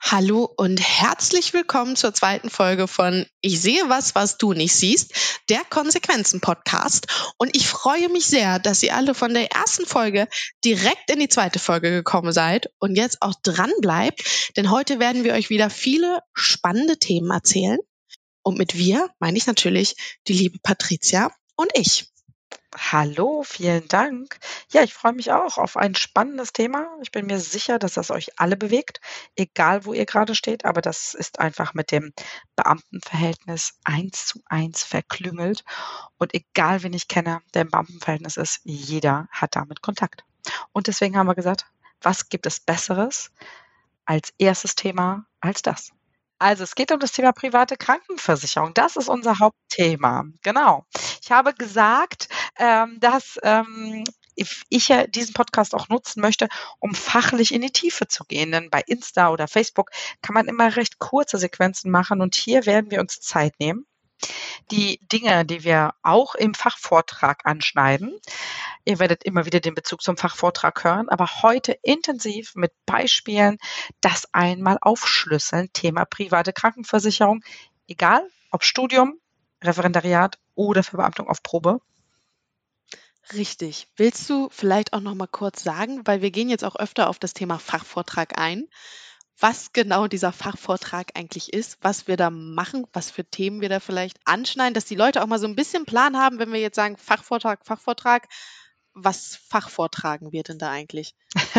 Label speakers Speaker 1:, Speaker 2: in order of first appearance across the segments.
Speaker 1: Hallo und herzlich willkommen zur zweiten Folge von Ich sehe was, was du nicht siehst, der Konsequenzen-Podcast. Und ich freue mich sehr, dass ihr alle von der ersten Folge direkt in die zweite Folge gekommen seid und jetzt auch dran bleibt, denn heute werden wir euch wieder viele spannende Themen erzählen. Und mit wir meine ich natürlich die liebe Patricia und ich.
Speaker 2: Hallo, vielen Dank. Ja, ich freue mich auch auf ein spannendes Thema. Ich bin mir sicher, dass das euch alle bewegt, egal wo ihr gerade steht, aber das ist einfach mit dem Beamtenverhältnis 1:1 verklüngelt. Und egal wen ich kenne, der im Beamtenverhältnis ist, jeder hat damit Kontakt. Und deswegen haben wir gesagt, was gibt es Besseres als erstes Thema als das? Also, es geht um das Thema private Krankenversicherung. Das ist unser Hauptthema. Genau. Ich habe gesagt, dass, ich ja diesen Podcast auch nutzen möchte, um fachlich in die Tiefe zu gehen. Denn bei Insta oder Facebook kann man immer recht kurze Sequenzen machen und hier werden wir uns Zeit nehmen, die Dinge, die wir auch im Fachvortrag anschneiden. Ihr werdet immer wieder den Bezug zum Fachvortrag hören, aber heute intensiv mit Beispielen das einmal aufschlüsseln. Thema private Krankenversicherung, egal ob Studium, Referendariat oder Verbeamtung auf Probe.
Speaker 1: Richtig. Willst du vielleicht auch noch mal kurz sagen, weil wir gehen jetzt auch öfter auf das Thema Fachvortrag ein, was genau dieser Fachvortrag eigentlich ist, was wir da machen, was für Themen wir da vielleicht anschneiden, dass die Leute auch mal so ein bisschen Plan haben, wenn wir jetzt sagen Fachvortrag, was fachvortragen wir denn da eigentlich?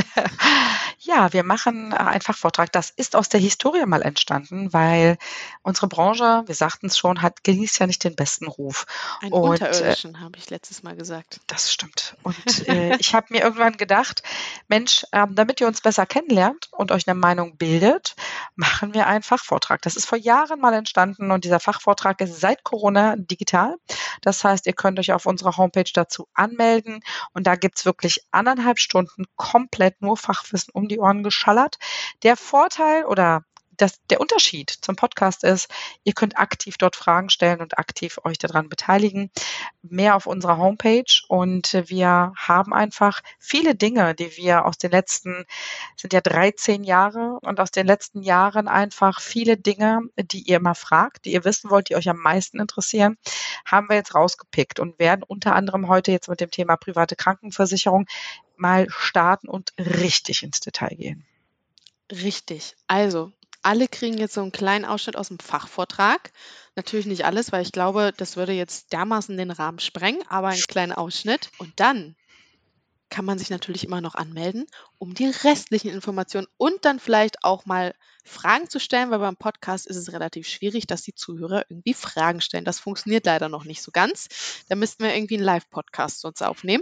Speaker 2: Ja, wir machen einen Fachvortrag. Das ist aus der Historie mal entstanden, weil unsere Branche, wir sagten es schon, genießt ja nicht den besten Ruf.
Speaker 1: Einen
Speaker 2: Und
Speaker 1: Unterirdischen, habe ich letztes Mal gesagt.
Speaker 2: das stimmt. Und ich habe mir irgendwann gedacht, Mensch, damit ihr uns besser kennenlernt und euch eine Meinung bildet, machen wir einen Fachvortrag. Das ist vor Jahren mal entstanden und dieser Fachvortrag ist seit Corona digital. Das heißt, ihr könnt euch auf unserer Homepage dazu anmelden und da gibt's wirklich 1,5 Stunden komplett nur Fachwissen um die Ohren geschallert. Der Vorteil oder der Unterschied zum Podcast ist, ihr könnt aktiv dort Fragen stellen und aktiv euch daran beteiligen. Mehr auf unserer Homepage und wir haben einfach viele Dinge, die wir aus den letzten, sind ja 13 Jahre und aus den letzten Jahren einfach viele Dinge, die ihr immer fragt, die ihr wissen wollt, die euch am meisten interessieren, haben wir jetzt rausgepickt und werden unter anderem heute jetzt mit dem Thema private Krankenversicherung mal starten und richtig ins Detail gehen.
Speaker 1: Richtig. Also, alle kriegen jetzt so einen kleinen Ausschnitt aus dem Fachvortrag. Natürlich nicht alles, weil ich glaube, das würde jetzt dermaßen den Rahmen sprengen, aber einen kleinen Ausschnitt. Und dann kann man sich natürlich immer noch anmelden, um die restlichen Informationen und dann vielleicht auch mal Fragen zu stellen, weil beim Podcast ist es relativ schwierig, dass die Zuhörer irgendwie Fragen stellen. Das funktioniert leider noch nicht so ganz. Da müssten wir irgendwie einen Live-Podcast sonst aufnehmen.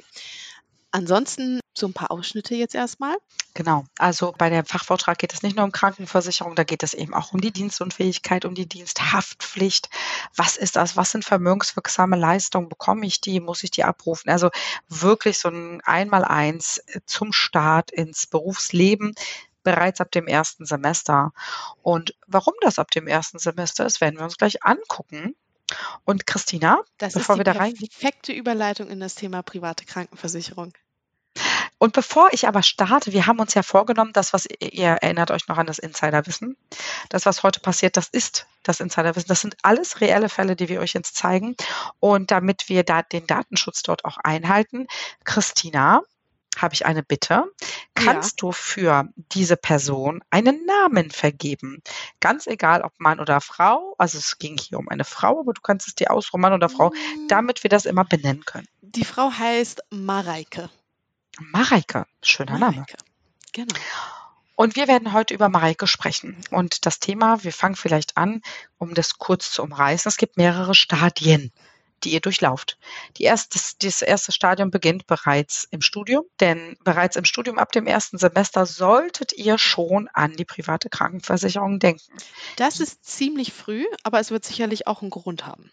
Speaker 1: Ansonsten so ein paar Ausschnitte jetzt erstmal.
Speaker 2: Genau. Also bei dem Fachvortrag geht es nicht nur um Krankenversicherung, da geht es eben auch um die Dienstunfähigkeit, um die Diensthaftpflicht. Was ist das? Was sind vermögenswirksame Leistungen? Bekomme ich die? Muss ich die abrufen? Also wirklich so ein Einmaleins zum Start ins Berufsleben bereits ab dem ersten Semester. Und warum das ab dem ersten Semester ist, werden wir uns gleich angucken. Und Christina,
Speaker 1: Das ist
Speaker 2: bevor
Speaker 1: die
Speaker 2: wir da reingehen,
Speaker 1: perfekte Überleitung in das Thema private Krankenversicherung.
Speaker 2: und bevor ich aber starte, wir haben uns ja vorgenommen, das, was ihr erinnert euch noch an das Insiderwissen. Das, was heute passiert, das ist das Insiderwissen. Das sind alles reelle Fälle, die wir euch jetzt zeigen. Und damit wir da den Datenschutz dort auch einhalten, Christina, habe ich eine Bitte.
Speaker 1: Ja.
Speaker 2: Kannst du für diese Person einen Namen vergeben? Ganz egal, ob Mann oder Frau. Also es ging hier um eine Frau, aber du kannst es dir aussuchen, Mann oder Frau, damit wir das immer benennen können.
Speaker 1: Die Frau heißt Mareike.
Speaker 2: Mareike, schöner Name.
Speaker 1: Mareike, genau.
Speaker 2: Und wir werden heute über Mareike sprechen. Und das Thema, wir fangen vielleicht an, um das kurz zu umreißen. Es gibt mehrere Stadien, die ihr durchlauft. Das erste Stadium beginnt bereits im Studium, denn bereits im Studium ab dem ersten Semester solltet ihr schon an die private Krankenversicherung denken.
Speaker 1: Das ist ziemlich früh, aber es wird sicherlich auch einen Grund haben.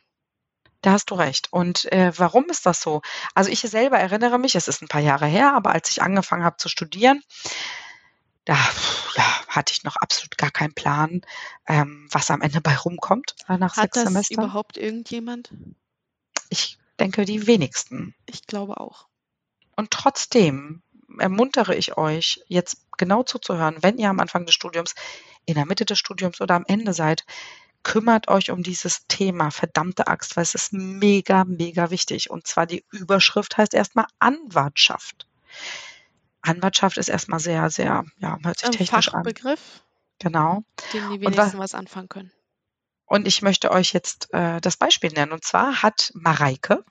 Speaker 2: Da hast du recht. Und warum ist das so? Also ich selber erinnere mich, es ist ein paar Jahre her, aber als ich angefangen habe zu studieren, da, ja, hatte ich noch absolut gar keinen Plan, was am Ende bei rumkommt, nach
Speaker 1: Hat
Speaker 2: 6
Speaker 1: das
Speaker 2: Semestern.
Speaker 1: überhaupt irgendjemand?
Speaker 2: Ich denke, die wenigsten.
Speaker 1: Ich glaube auch.
Speaker 2: Und trotzdem ermuntere ich euch, jetzt genau zuzuhören, wenn ihr am Anfang des Studiums in der Mitte des Studiums oder am Ende seid, kümmert euch um dieses Thema, verdammte Axt, weil es ist mega, mega wichtig. Und zwar die Überschrift heißt erstmal Anwartschaft. Anwartschaft ist erstmal sehr, sehr, ja, hört sich
Speaker 1: Ein
Speaker 2: technisch an.
Speaker 1: Fachbegriff,
Speaker 2: Genau.
Speaker 1: dem die
Speaker 2: Und wa
Speaker 1: wenigsten was anfangen können.
Speaker 2: Und ich möchte euch jetzt, das Beispiel nennen. Und zwar hat Mareike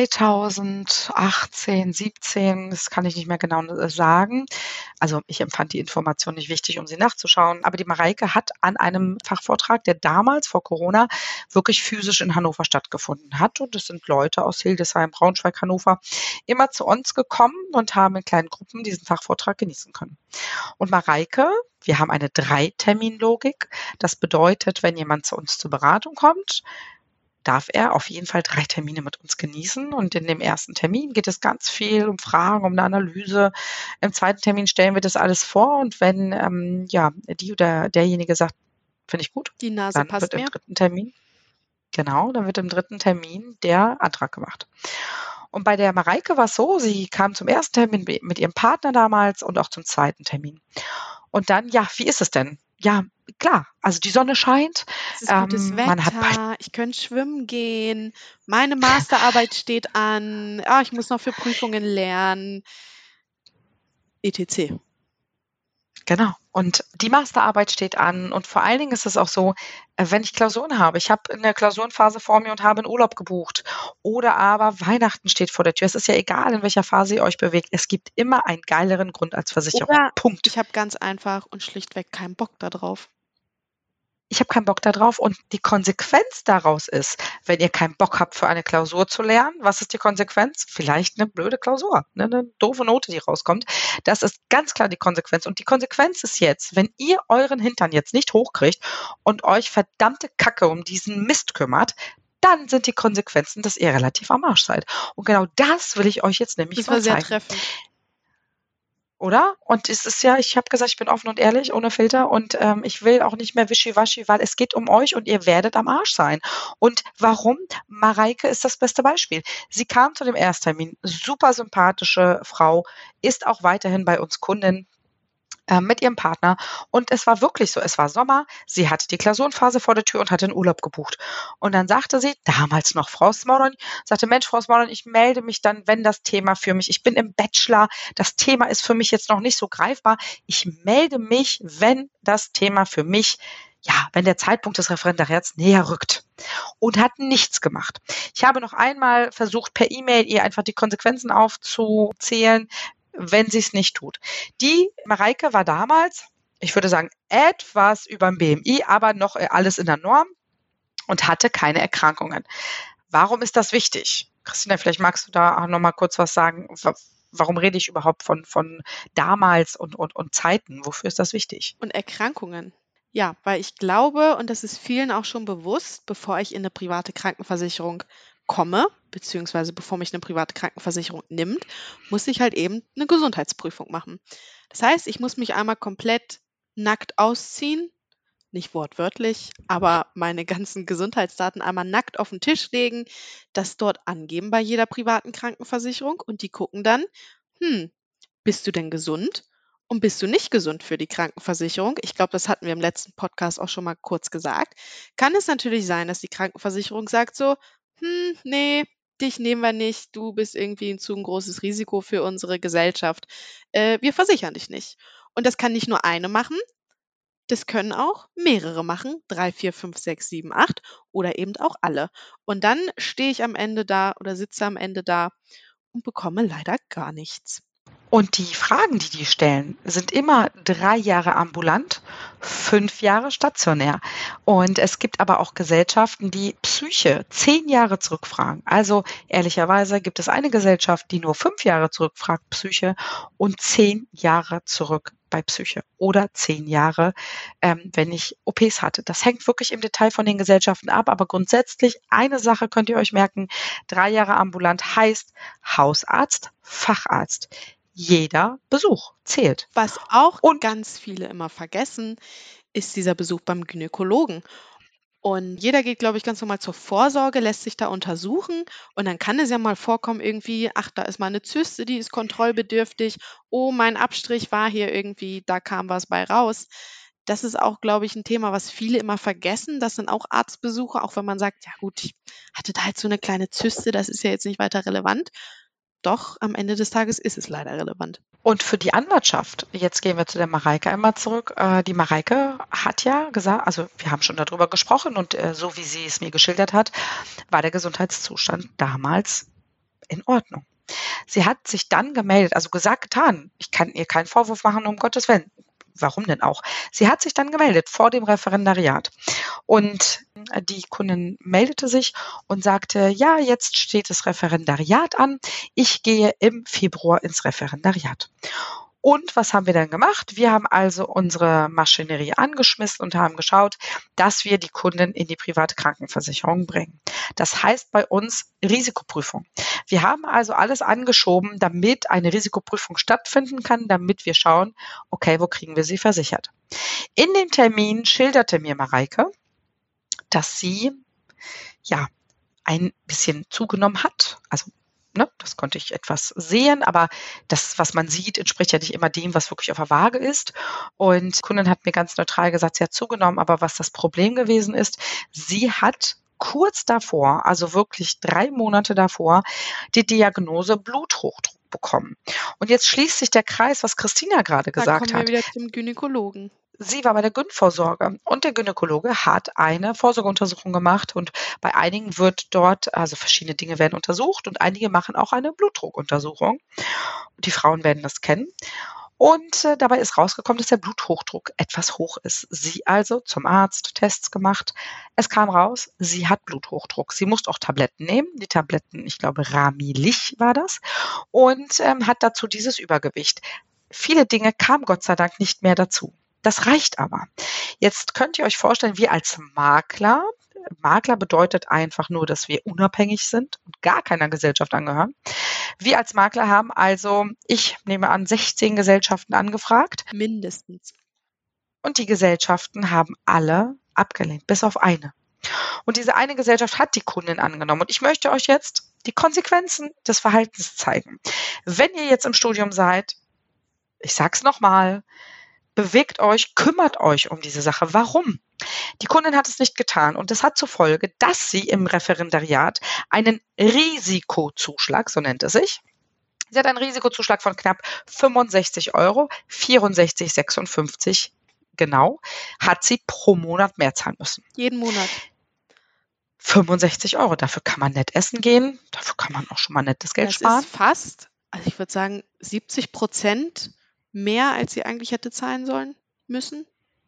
Speaker 2: 2018, 17, das kann ich nicht mehr genau, sagen. Also, ich empfand die Information nicht wichtig, um sie nachzuschauen. Aber die Mareike hat an einem Fachvortrag, der damals vor Corona wirklich physisch in Hannover stattgefunden hat. Und es sind Leute aus Hildesheim, Braunschweig, Hannover immer zu uns gekommen und haben in kleinen Gruppen diesen Fachvortrag genießen können. Und Mareike, wir haben eine Drei-Termin-Logik. Das bedeutet, wenn jemand zu uns zur Beratung kommt, darf er auf jeden Fall 3 Termine mit uns genießen. Und in dem ersten Termin geht es ganz viel um Fragen, um eine Analyse. Im zweiten Termin stellen wir das alles vor und wenn, ja, die oder derjenige sagt: „Finde ich gut“,
Speaker 1: Die Nase
Speaker 2: dann wird
Speaker 1: passt
Speaker 2: im
Speaker 1: mir.
Speaker 2: dritten Termin dann wird im dritten Termin der Antrag gemacht. Und bei der Mareike war es so, sie kam zum ersten Termin mit ihrem Partner damals und auch zum zweiten Termin. Und dann, ja, wie ist es denn? Ja, klar, also die Sonne scheint,
Speaker 1: Es ist gutes
Speaker 2: man hat
Speaker 1: Wetter, ich könnte schwimmen gehen, meine Masterarbeit steht an, ich muss noch für Prüfungen lernen, etc.
Speaker 2: genau. Und die Masterarbeit steht an und vor allen Dingen ist es auch so, wenn ich Klausuren habe. Ich habe 'ne Klausurenphase vor mir und habe 'n Urlaub gebucht oder aber Weihnachten steht vor der Tür. Es ist ja egal, in welcher Phase ihr euch bewegt. Es gibt immer einen geileren Grund als Versicherung.
Speaker 1: Oder
Speaker 2: Punkt.
Speaker 1: ich habe ganz einfach und schlichtweg keinen Bock da drauf.
Speaker 2: Ich habe keinen Bock da drauf und die Konsequenz daraus ist, wenn ihr keinen Bock habt, für eine Klausur zu lernen, was ist die Konsequenz? Vielleicht 'ne blöde Klausur, ne, 'ne doofe Note, die rauskommt. Das ist ganz klar die Konsequenz. Und die Konsequenz ist jetzt, wenn ihr euren Hintern jetzt nicht hochkriegt und euch verdammte Kacke um diesen Mist kümmert, dann sind die Konsequenzen, dass ihr relativ am Arsch seid. Und genau das will ich euch jetzt nämlich
Speaker 1: Das
Speaker 2: mal
Speaker 1: war sehr
Speaker 2: zeigen.
Speaker 1: treffend.
Speaker 2: Oder? Und es ist ja, ich habe gesagt, ich bin offen und ehrlich, ohne Filter und, ich will auch nicht mehr wischiwaschi, weil es geht um euch und ihr werdet am Arsch sein. Und warum? Mareike ist das beste Beispiel. Sie kam zu dem Ersttermin, super sympathische Frau, ist auch weiterhin bei uns Kundin, mit ihrem Partner. Und es war wirklich so, es war Sommer, sie hatte die Klausurenphase vor der Tür und hatte 'n Urlaub gebucht. Und dann sagte sie, damals noch Frau Smolon, sagte: „Mensch, Frau Smolon, ich melde mich dann, wenn das Thema für mich, ich bin im Bachelor, das Thema ist für mich jetzt noch nicht so greifbar. Ich melde mich, wenn das Thema für mich, ja, wenn der Zeitpunkt des Referendariats näher rückt.“ Und hat nichts gemacht. Ich habe noch einmal versucht, per E-Mail ihr einfach die Konsequenzen aufzuzählen, wenn sie es nicht tut. Die Mareike war damals, ich würde sagen, etwas überm BMI, aber noch, alles in der Norm und hatte keine Erkrankungen. Warum ist das wichtig? Christina, vielleicht magst du da auch noch mal kurz was sagen. Warum rede ich überhaupt von damals und Zeiten? Wofür ist das wichtig?
Speaker 1: Und Erkrankungen. Ja, weil ich glaube, und das ist vielen auch schon bewusst, bevor ich in eine private Krankenversicherung komme, beziehungsweise bevor mich eine private Krankenversicherung nimmt, muss ich halt eben eine Gesundheitsprüfung machen. Das heißt, ich muss mich einmal komplett nackt ausziehen, nicht wortwörtlich, aber meine ganzen Gesundheitsdaten einmal nackt auf den Tisch legen, das dort angeben bei jeder privaten Krankenversicherung und die gucken dann: „Hm, bist du denn gesund und bist du nicht gesund für die Krankenversicherung?“ Ich glaube, das hatten wir im letzten Podcast auch schon mal kurz gesagt. Kann es natürlich sein, dass die Krankenversicherung sagt so: ne, dich nehmen wir nicht. Du bist irgendwie 'n zu 'n großes Risiko für unsere Gesellschaft. Wir versichern dich nicht.“ Und das kann nicht nur eine machen, das können auch mehrere machen, 3, 4, 5, 6, 7, 8 oder eben auch alle. Und dann stehe ich am Ende da oder sitze am Ende da und bekomme leider gar nichts.
Speaker 2: Und die Fragen, die die stellen, sind immer 3 Jahre ambulant, 5 Jahre stationär. Und es gibt aber auch Gesellschaften, die Psyche 10 Jahre zurückfragen. Also ehrlicherweise gibt es eine Gesellschaft, die nur 5 Jahre zurückfragt, Psyche, und 10 Jahre zurück bei Psyche oder 10 Jahre, wenn ich OPs hatte. Das hängt wirklich im Detail von den Gesellschaften ab, aber grundsätzlich eine Sache könnt ihr euch merken: 3 Jahre ambulant heißt Hausarzt, Facharzt. Jeder Besuch zählt.
Speaker 1: Was auch
Speaker 2: Und
Speaker 1: ganz viele immer vergessen, ist dieser Besuch beim Gynäkologen. Und jeder geht, glaube ich, ganz normal zur Vorsorge, lässt sich da untersuchen und dann kann es ja mal vorkommen irgendwie, ach, da ist mal eine Zyste, die ist kontrollbedürftig. Oh, mein Abstrich war hier irgendwie, da kam was bei raus. das ist auch, glaube ich, ein Thema, was viele immer vergessen. Das sind auch Arztbesuche, auch wenn man sagt, ja gut, ich hatte da halt so eine kleine Zyste, das ist ja jetzt nicht weiter relevant. Doch, am Ende des Tages ist es leider relevant.
Speaker 2: Und für die Anwartschaft, jetzt gehen wir zu der Mareike einmal zurück. Die Mareike hat ja gesagt, also wir haben schon darüber gesprochen und so wie sie es mir geschildert hat, war der Gesundheitszustand damals in Ordnung. Sie hat sich dann gemeldet, also gesagt, getan. Ich kann ihr keinen Vorwurf machen, um Gottes Willen. Warum denn auch? Sie hat sich dann gemeldet vor dem Referendariat. Und die Kundin meldete sich und sagte, ja, jetzt steht das Referendariat an. Ich gehe im Februar ins Referendariat. Und was haben wir dann gemacht? Wir haben also unsere Maschinerie angeschmissen und haben geschaut, dass wir die Kunden in die private Krankenversicherung bringen. Das heißt bei uns Risikoprüfung. Wir haben also alles angeschoben, damit eine Risikoprüfung stattfinden kann, damit wir schauen, okay, wo kriegen wir sie versichert? In dem Termin schilderte mir Mareike, dass sie ja ein bisschen zugenommen hat. Also das konnte ich etwas sehen, aber das, was man sieht, entspricht ja nicht immer dem, was wirklich auf der Waage ist. Und die Kundin hat mir ganz neutral gesagt, sie hat zugenommen, aber was das Problem gewesen ist, sie hat kurz davor, also wirklich 3 Monate davor, die Diagnose Bluthochdruck bekommen. Und jetzt schließt sich der Kreis, was Christina gerade
Speaker 1: Da
Speaker 2: gesagt
Speaker 1: kommen wir
Speaker 2: hat.
Speaker 1: wieder zum Gynäkologen.
Speaker 2: Sie war bei der Gynvorsorge und der Gynäkologe hat eine Vorsorgeuntersuchung gemacht und bei einigen wird dort, also verschiedene Dinge werden untersucht und einige machen auch eine Blutdruckuntersuchung. Die Frauen werden das kennen. Und dabei ist rausgekommen, dass der Bluthochdruck etwas hoch ist. Sie also zum Arzt, Tests gemacht. Es kam raus, sie hat Bluthochdruck. Sie muss auch Tabletten nehmen. Die Tabletten, ich glaube, Ramilich war das. Und hat dazu dieses Übergewicht. Viele Dinge kamen Gott sei Dank nicht mehr dazu. Das reicht aber. Jetzt könnt ihr euch vorstellen, wir als Makler bedeutet einfach nur, dass wir unabhängig sind und gar keiner Gesellschaft angehören. Wir als Makler haben also, ich nehme an, 16 Gesellschaften angefragt.
Speaker 1: Mindestens.
Speaker 2: Und die Gesellschaften haben alle abgelehnt, bis auf eine. Und diese eine Gesellschaft hat die Kundin angenommen. Und ich möchte euch jetzt die Konsequenzen des Verhaltens zeigen. Wenn ihr jetzt im Studium seid, ich sage es nochmal, bewegt euch, kümmert euch um diese Sache. Warum? Die Kundin hat es nicht getan und das hat zur Folge, dass sie im Referendariat einen Risikozuschlag, so nennt es sich, sie hat einen Risikozuschlag von knapp 65 Euro, 64,56 genau, hat sie pro Monat mehr zahlen müssen.
Speaker 1: Jeden Monat.
Speaker 2: 65 Euro, dafür kann man nett essen gehen, dafür kann man auch schon mal nettes Geld sparen.
Speaker 1: Das ist fast, also ich würde sagen, 70% mehr, als sie eigentlich hätte zahlen sollen müssen.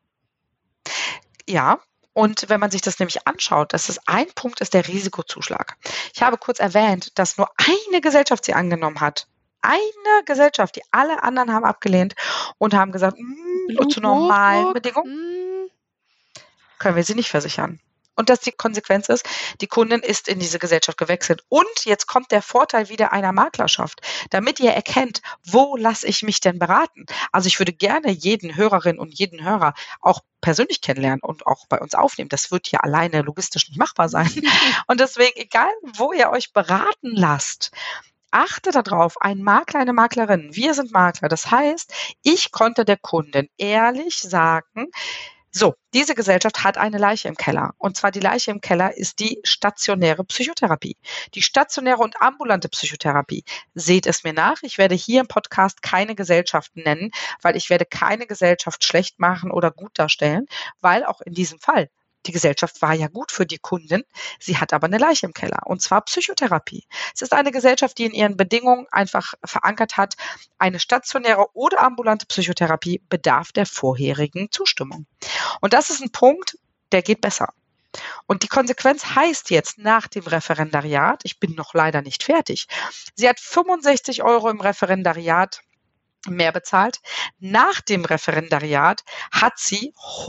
Speaker 2: Ja, und wenn man sich das nämlich anschaut, dass es ein Punkt ist der Risikozuschlag. Ich habe kurz erwähnt, dass nur eine Gesellschaft sie angenommen hat. Eine Gesellschaft, die alle anderen haben abgelehnt und haben gesagt, zu normalen Bedingungen können wir sie nicht versichern. Und dass die Konsequenz ist, die Kundin ist in diese Gesellschaft gewechselt. Und jetzt kommt der Vorteil wieder einer Maklerschaft, damit ihr erkennt, wo lasse ich mich denn beraten? Also ich würde gerne jeden Hörerin und jeden Hörer auch persönlich kennenlernen und auch bei uns aufnehmen. Das wird ja alleine logistisch nicht machbar sein. Und deswegen, egal wo ihr euch beraten lasst, achte darauf, ein Makler, eine Maklerin, wir sind Makler. Das heißt, ich konnte der Kundin ehrlich sagen, so, diese Gesellschaft hat eine Leiche im Keller. Und zwar die Leiche im Keller ist die stationäre Psychotherapie. Die stationäre und ambulante Psychotherapie. Seht es mir nach. Ich werde hier im Podcast keine Gesellschaften nennen, weil ich werde keine Gesellschaft schlecht machen oder gut darstellen, weil auch in diesem Fall die Gesellschaft war ja gut für die Kundin. Sie hat aber eine Leiche im Keller, und zwar Psychotherapie. Es ist eine Gesellschaft, die in ihren Bedingungen einfach verankert hat, eine stationäre oder ambulante Psychotherapie bedarf der vorherigen Zustimmung. Und das ist ein Punkt, der geht besser. Und die Konsequenz heißt jetzt nach dem Referendariat, ich bin noch leider nicht fertig, sie hat 65 Euro im Referendariat mehr bezahlt. Nach dem Referendariat hat sie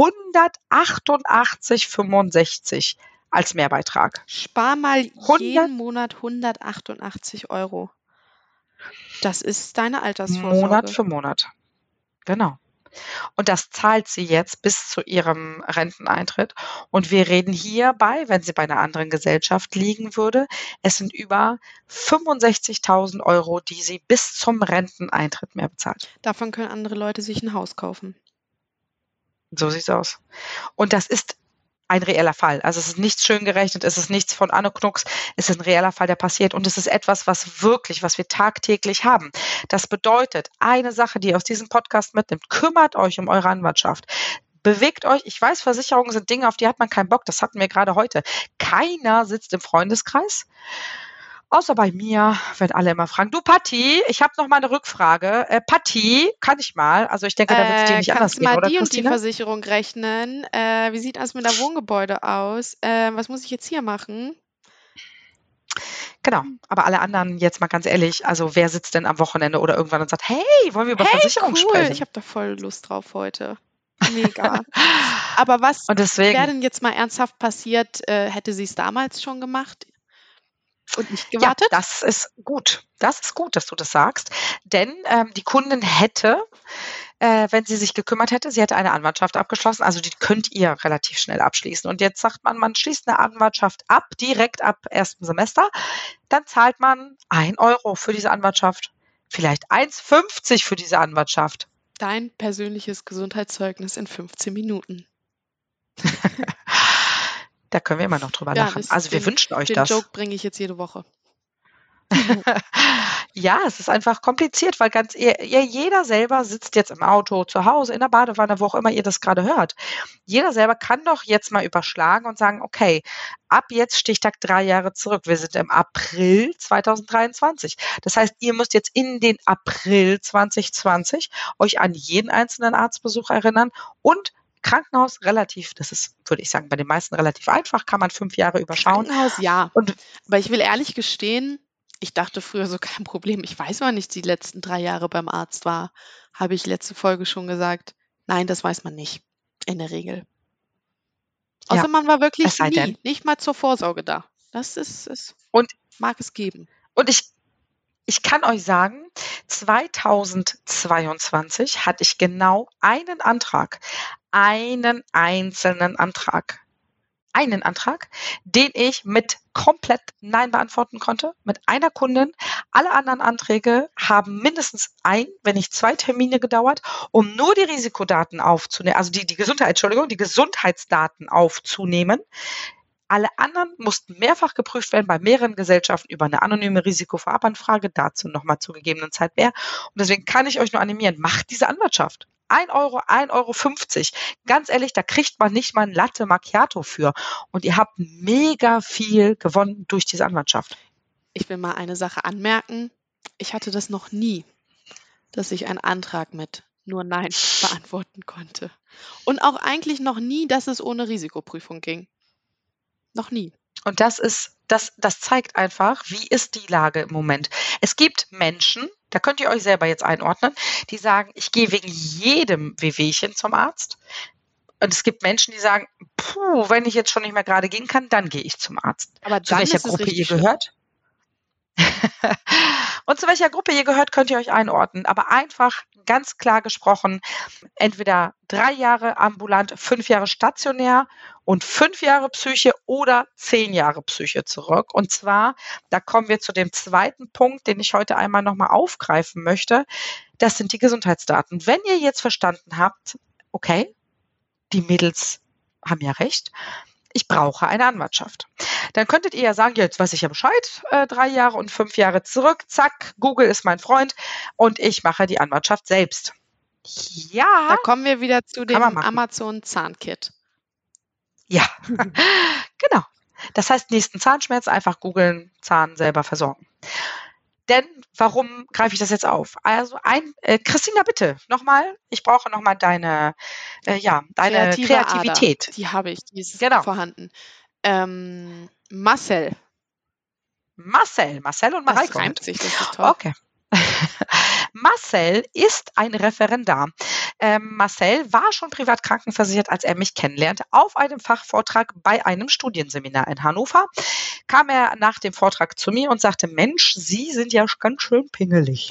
Speaker 2: 188,65 als Mehrbeitrag.
Speaker 1: Spar mal jeden Monat 188 Euro. Das ist deine Altersvorsorge.
Speaker 2: Monat für Monat. Genau. Und das zahlt sie jetzt bis zu ihrem Renteneintritt. Und wir reden hierbei, wenn sie bei einer anderen Gesellschaft liegen würde, es sind über 65.000 Euro, die sie bis zum Renteneintritt mehr bezahlt.
Speaker 1: Davon können andere Leute sich ein Haus kaufen.
Speaker 2: So sieht's aus. Und das ist ein reeller Fall. Also es ist nichts schön gerechnet, es ist nichts von Anno Knux, es ist ein reeller Fall, der passiert und es ist etwas, was wir tagtäglich haben. Das bedeutet, eine Sache, die ihr aus diesem Podcast mitnimmt, kümmert euch um eure Anwartschaft. Bewegt euch. Ich weiß, Versicherungen sind Dinge, auf die hat man keinen Bock. Das hatten wir gerade heute. Keiner sitzt im Freundeskreis. Außer bei mir, wenn alle immer fragen, du Patti, ich habe noch mal eine Rückfrage. Patti, kann ich mal? Also ich denke, da wird es dir nicht anders
Speaker 1: Kannst du
Speaker 2: gehen,
Speaker 1: mal
Speaker 2: oder
Speaker 1: die und die
Speaker 2: Christina?
Speaker 1: Versicherung rechnen? Wie sieht das mit der Wohngebäude aus? Was muss ich jetzt hier machen?
Speaker 2: Genau. Aber alle anderen, jetzt mal ganz ehrlich, also wer sitzt denn am Wochenende oder irgendwann und sagt, hey, wollen wir über Versicherung
Speaker 1: Cool, ich
Speaker 2: sprechen?
Speaker 1: habe da voll Lust drauf heute. Mega. Aber was
Speaker 2: Und
Speaker 1: wäre
Speaker 2: deswegen,
Speaker 1: denn jetzt mal ernsthaft passiert, hätte sie es damals schon gemacht und nicht
Speaker 2: ja,
Speaker 1: gewartet?
Speaker 2: das ist gut. Das ist gut, dass du das sagst. Denn die Kundin hätte, wenn sie sich gekümmert hätte, sie hätte eine Anwartschaft abgeschlossen, also die könnt ihr relativ schnell abschließen. Und jetzt sagt man, man schließt eine Anwartschaft ab, direkt ab erstem Semester. Dann zahlt man 1 Euro für diese Anwartschaft, vielleicht 1,50 für diese Anwartschaft.
Speaker 1: Dein persönliches Gesundheitszeugnis in 15 Minuten.
Speaker 2: Da können wir immer noch drüber
Speaker 1: Ja,
Speaker 2: lachen. Also wir wünschen euch
Speaker 1: den
Speaker 2: das.
Speaker 1: Joke bringe ich jetzt jede Woche.
Speaker 2: Ja, es ist einfach kompliziert, weil jeder selber sitzt jetzt im Auto, zu Hause, in der Badewanne, wo auch immer ihr das gerade hört. Jeder selber kann doch jetzt mal überschlagen und sagen, okay, ab jetzt Stichtag 3 Jahre zurück. Wir sind im April 2023. Das heißt, ihr müsst jetzt in den April 2020 euch an jeden einzelnen Arztbesuch erinnern und Krankenhaus relativ, das ist, würde ich sagen, bei den meisten relativ einfach, kann man 5 Jahre überschauen.
Speaker 1: Krankenhaus, ja.
Speaker 2: Und
Speaker 1: Aber ich will ehrlich gestehen, ich dachte früher so, kein Problem. Ich weiß, wann ich die letzten 3 Jahre beim Arzt war. Habe ich letzte Folge schon gesagt. Nein, das weiß man nicht. In der Regel.
Speaker 2: ja,
Speaker 1: Außer man war
Speaker 2: es
Speaker 1: wirklich
Speaker 2: sei denn.
Speaker 1: nie, nicht mal zur Vorsorge da. Das
Speaker 2: Und
Speaker 1: mag es geben.
Speaker 2: Und ich kann euch sagen, 2022 hatte ich genau einen Antrag, einen einzelnen Antrag, den ich mit komplett Nein beantworten konnte, mit einer Kundin. Alle anderen Anträge haben mindestens wenn nicht 2 Termine gedauert, um nur die Risikodaten aufzunehmen, also die Gesundheitsdaten aufzunehmen. Alle anderen mussten mehrfach geprüft werden bei mehreren Gesellschaften über eine anonyme Risikovorabanfrage, dazu nochmal zur gegebenen Zeit mehr. Und deswegen kann ich euch nur animieren, macht diese Anwartschaft. 1 Euro, 1,50 Euro. Ganz ehrlich, da kriegt man nicht mal ein Latte Macchiato für. Und ihr habt mega viel gewonnen durch diese Anwartschaft.
Speaker 1: Ich will mal eine Sache anmerken. Ich hatte das noch nie, dass ich einen Antrag mit nur Nein beantworten konnte. Und auch eigentlich noch nie, dass es ohne Risikoprüfung ging. Noch nie.
Speaker 2: Und das zeigt einfach, wie ist die Lage im Moment. Es gibt Menschen, da könnt ihr euch selber jetzt einordnen, die sagen, ich gehe wegen jedem Wehwehchen zum Arzt. Und es gibt Menschen, die sagen, wenn ich jetzt schon nicht mehr gerade gehen kann, dann gehe ich zum Arzt.
Speaker 1: Aber
Speaker 2: Zu
Speaker 1: dann
Speaker 2: welcher
Speaker 1: ist es
Speaker 2: Gruppe ihr
Speaker 1: richtig schlimm.
Speaker 2: gehört? Und zu welcher Gruppe ihr gehört, könnt ihr euch einordnen. Aber einfach ganz klar gesprochen, entweder 3 Jahre ambulant, 5 Jahre stationär und 5 Jahre Psyche oder 10 Jahre Psyche zurück. Und zwar, da kommen wir zu dem zweiten Punkt, den ich heute einmal nochmal aufgreifen möchte. Das sind die Gesundheitsdaten. Wenn ihr jetzt verstanden habt, okay, die Mädels haben ja recht, ich brauche eine Anwartschaft. Dann könntet ihr ja sagen, ja, jetzt weiß ich ja Bescheid, 3 Jahre und 5 Jahre zurück, zack, Google ist mein Freund und ich mache die Anwartschaft selbst. Ja,
Speaker 1: Da kommen wir wieder zu
Speaker 2: kann man
Speaker 1: dem
Speaker 2: machen.
Speaker 1: Amazon Zahnkit.
Speaker 2: Ja, genau. Das heißt, nächsten Zahnschmerz einfach googeln, Zahn selber versorgen. Denn warum greife ich das jetzt auf? Also Christina, bitte, nochmal, ich brauche nochmal deine
Speaker 1: Kreative
Speaker 2: Kreativität.
Speaker 1: Ader. Die habe ich, die ist
Speaker 2: Genau.
Speaker 1: vorhanden. Marcel.
Speaker 2: Marcel und Mareike.
Speaker 1: Das reimt sich, das ist toll.
Speaker 2: Okay. Marcel ist ein Referendar. Marcel war schon privat krankenversichert, als er mich kennenlernte. Auf einem Fachvortrag bei einem Studienseminar in Hannover kam er nach dem Vortrag zu mir und sagte, Mensch, Sie sind ja ganz schön pingelig.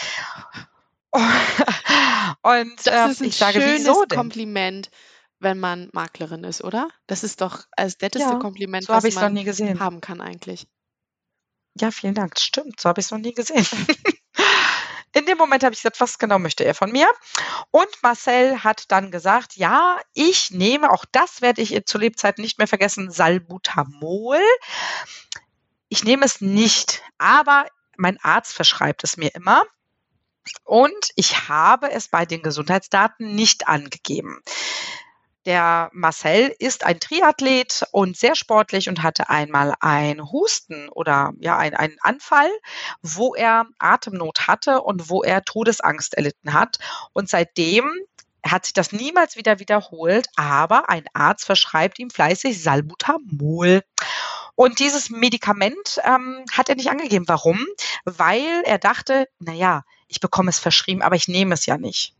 Speaker 2: Und
Speaker 1: Das ist ein
Speaker 2: ich sage,
Speaker 1: schönes
Speaker 2: wieso denn?
Speaker 1: Kompliment, wenn man Maklerin ist, oder? Das ist doch das netteste
Speaker 2: Ja,
Speaker 1: Kompliment,
Speaker 2: so habe
Speaker 1: was
Speaker 2: ich es noch
Speaker 1: man
Speaker 2: nie gesehen.
Speaker 1: haben kann eigentlich.
Speaker 2: Ja, vielen Dank. Stimmt, so habe ich es noch nie gesehen. In dem Moment habe ich gesagt, was genau möchte er von mir? Und Marcel hat dann gesagt, ja, ich nehme, auch das werde ich zu Lebzeiten nicht mehr vergessen, Salbutamol. Ich nehme es nicht, aber mein Arzt verschreibt es mir immer. Und ich habe es bei den Gesundheitsdaten nicht angegeben. Der Marcel ist ein Triathlet und sehr sportlich und hatte einmal ein Husten oder ja, einen Anfall, wo er Atemnot hatte und wo er Todesangst erlitten hat. Und seitdem hat sich das niemals wieder wiederholt, aber ein Arzt verschreibt ihm fleißig Salbutamol. Und dieses Medikament hat er nicht angegeben. Warum? Weil er dachte, naja, ich bekomme es verschrieben, aber ich nehme es ja nicht.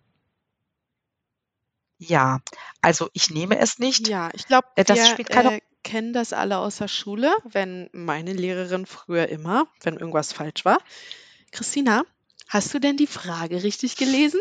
Speaker 2: Ja, also ich nehme es nicht.
Speaker 1: Ja, ich glaube,
Speaker 2: Das
Speaker 1: wir
Speaker 2: spielt keine
Speaker 1: kennen das alle aus der Schule, wenn meine Lehrerin früher immer, wenn irgendwas falsch war. Christina, hast du denn die Frage richtig gelesen?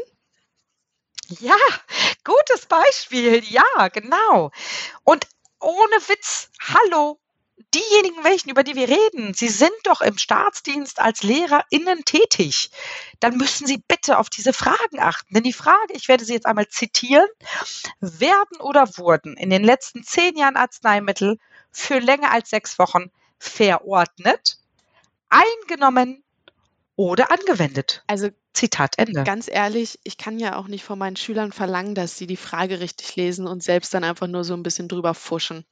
Speaker 2: Ja, gutes Beispiel. Ja, genau. Und ohne Witz, hallo, diejenigen über die wir reden, Sie sind doch im Staatsdienst als LehrerInnen tätig. Dann müssen Sie bitte auf diese Fragen achten. Denn die Frage, ich werde sie jetzt einmal zitieren, werden oder wurden in den letzten 10 Jahren Arzneimittel für länger als 6 Wochen verordnet, eingenommen oder angewendet?
Speaker 1: Also
Speaker 2: Zitat Ende.
Speaker 1: ganz ehrlich, ich kann ja auch nicht von meinen Schülern verlangen, dass sie die Frage richtig lesen und selbst dann einfach nur so ein bisschen drüber fuschen.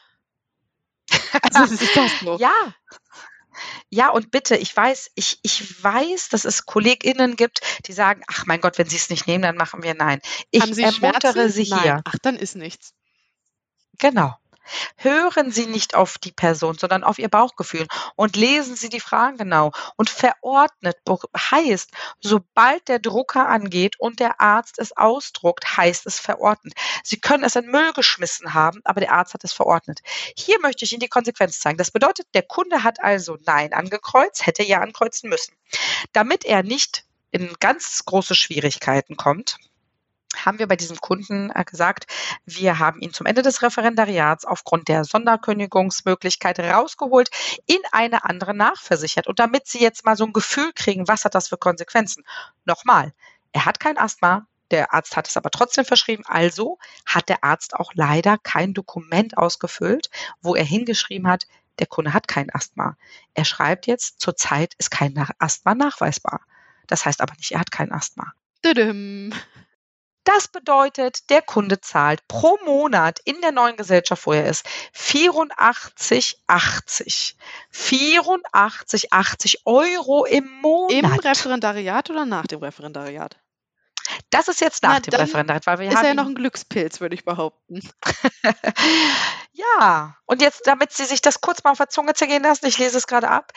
Speaker 1: Also es ist doch so.
Speaker 2: Ja, ja, und bitte, ich weiß, dass es KollegInnen gibt, die sagen: „Ach mein Gott, wenn Sie es nicht nehmen, dann machen wir nein."
Speaker 1: Haben
Speaker 2: Ich
Speaker 1: Sie
Speaker 2: ermuntere
Speaker 1: Schmerzen?
Speaker 2: Sie
Speaker 1: Nein.
Speaker 2: hier,
Speaker 1: Ach, dann ist nichts.
Speaker 2: genau. Hören Sie nicht auf die Person, sondern auf Ihr Bauchgefühl und lesen Sie die Fragen genau. Und verordnet heißt, sobald der Drucker angeht und der Arzt es ausdruckt, heißt es verordnet. Sie können es in Müll geschmissen haben, aber der Arzt hat es verordnet. Hier möchte ich Ihnen die Konsequenz zeigen. Das bedeutet, der Kunde hat also Nein angekreuzt, hätte Ja ankreuzen müssen. Damit er nicht in ganz große Schwierigkeiten kommt, haben wir bei diesem Kunden gesagt, wir haben ihn zum Ende des Referendariats aufgrund der Sonderkündigungsmöglichkeit rausgeholt, in eine andere nachversichert. Und damit Sie jetzt mal so ein Gefühl kriegen, was hat das für Konsequenzen? Nochmal, er hat kein Asthma, der Arzt hat es aber trotzdem verschrieben, also hat der Arzt auch leider kein Dokument ausgefüllt, wo er hingeschrieben hat, der Kunde hat kein Asthma. Er schreibt jetzt, zurzeit ist kein Asthma nachweisbar. Das heißt aber nicht, er hat kein Asthma.
Speaker 1: Tüdüm.
Speaker 2: Das bedeutet, der Kunde zahlt pro Monat in der neuen Gesellschaft, wo er ist, 84,80 € im
Speaker 1: Im
Speaker 2: Monat.
Speaker 1: Referendariat oder nach dem Referendariat?
Speaker 2: Das ist jetzt
Speaker 1: Na,
Speaker 2: nach dem
Speaker 1: dann
Speaker 2: Referendariat, weil wir
Speaker 1: ist er ja
Speaker 2: haben
Speaker 1: noch
Speaker 2: ihn
Speaker 1: ein Glückspilz, würde ich behaupten.
Speaker 2: ja, und jetzt, damit Sie sich das kurz mal auf der Zunge zergehen lassen, ich lese es gerade ab,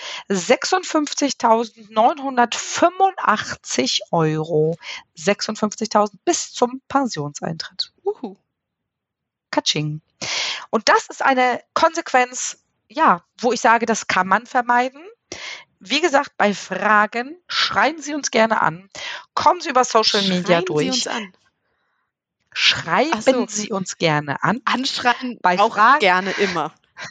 Speaker 2: 56.985 €. 56.000 bis zum Pensionseintritt.
Speaker 1: Uhu.
Speaker 2: Katsching. Und das ist eine Konsequenz, ja, wo ich sage, das kann man vermeiden. Wie gesagt, bei Fragen schreiben Sie uns gerne an. Kommen Sie über Social Media
Speaker 1: Schreien Sie uns
Speaker 2: durch.
Speaker 1: an. Ach so,
Speaker 2: Schreiben Sie uns gerne an.
Speaker 1: anschreien
Speaker 2: Bei
Speaker 1: auch
Speaker 2: Fragen,
Speaker 1: gerne immer.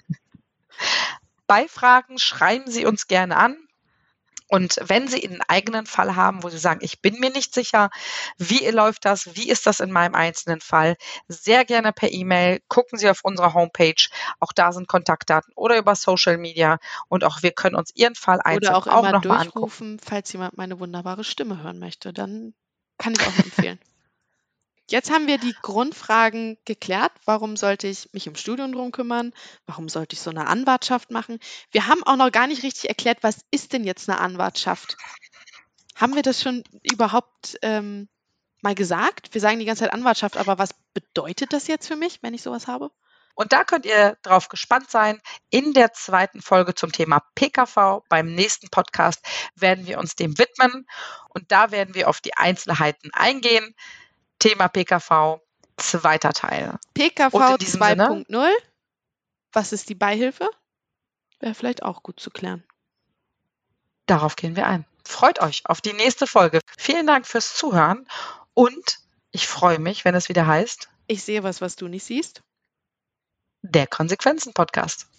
Speaker 2: bei Fragen schreiben Sie uns gerne an. Und wenn Sie einen eigenen Fall haben, wo Sie sagen, ich bin mir nicht sicher, wie läuft das, wie ist das in meinem einzelnen Fall, sehr gerne per E-Mail, gucken Sie auf unserer Homepage, auch da sind Kontaktdaten oder über Social Media und auch wir können uns Ihren Fall
Speaker 1: Oder
Speaker 2: einzeln
Speaker 1: auch
Speaker 2: auch
Speaker 1: immer
Speaker 2: nochmal angucken.
Speaker 1: durchrufen, falls jemand meine wunderbare Stimme hören möchte. Dann kann ich auch nur empfehlen. Jetzt haben wir die Grundfragen geklärt. Warum sollte ich mich im Studium drum kümmern? Warum sollte ich so eine Anwartschaft machen? Wir haben auch noch gar nicht richtig erklärt, was ist denn jetzt eine Anwartschaft? Haben wir das schon überhaupt mal gesagt? Wir sagen die ganze Zeit Anwartschaft, aber was bedeutet das jetzt für mich, wenn ich sowas habe?
Speaker 2: Und da könnt ihr drauf gespannt sein. In der 2. Folge zum Thema PKV beim nächsten Podcast werden wir uns dem widmen und da werden wir auf die Einzelheiten eingehen. Thema PKV, 2. Teil. Und
Speaker 1: PKV
Speaker 2: in diesem Sinne,
Speaker 1: 2.0. Was ist die Beihilfe? Wäre vielleicht auch gut zu klären.
Speaker 2: darauf gehen wir ein. Freut euch auf die nächste Folge. Vielen Dank fürs Zuhören und ich freue mich, wenn es wieder heißt,
Speaker 1: Ich sehe was du nicht siehst.
Speaker 2: der Konsequenzen-Podcast.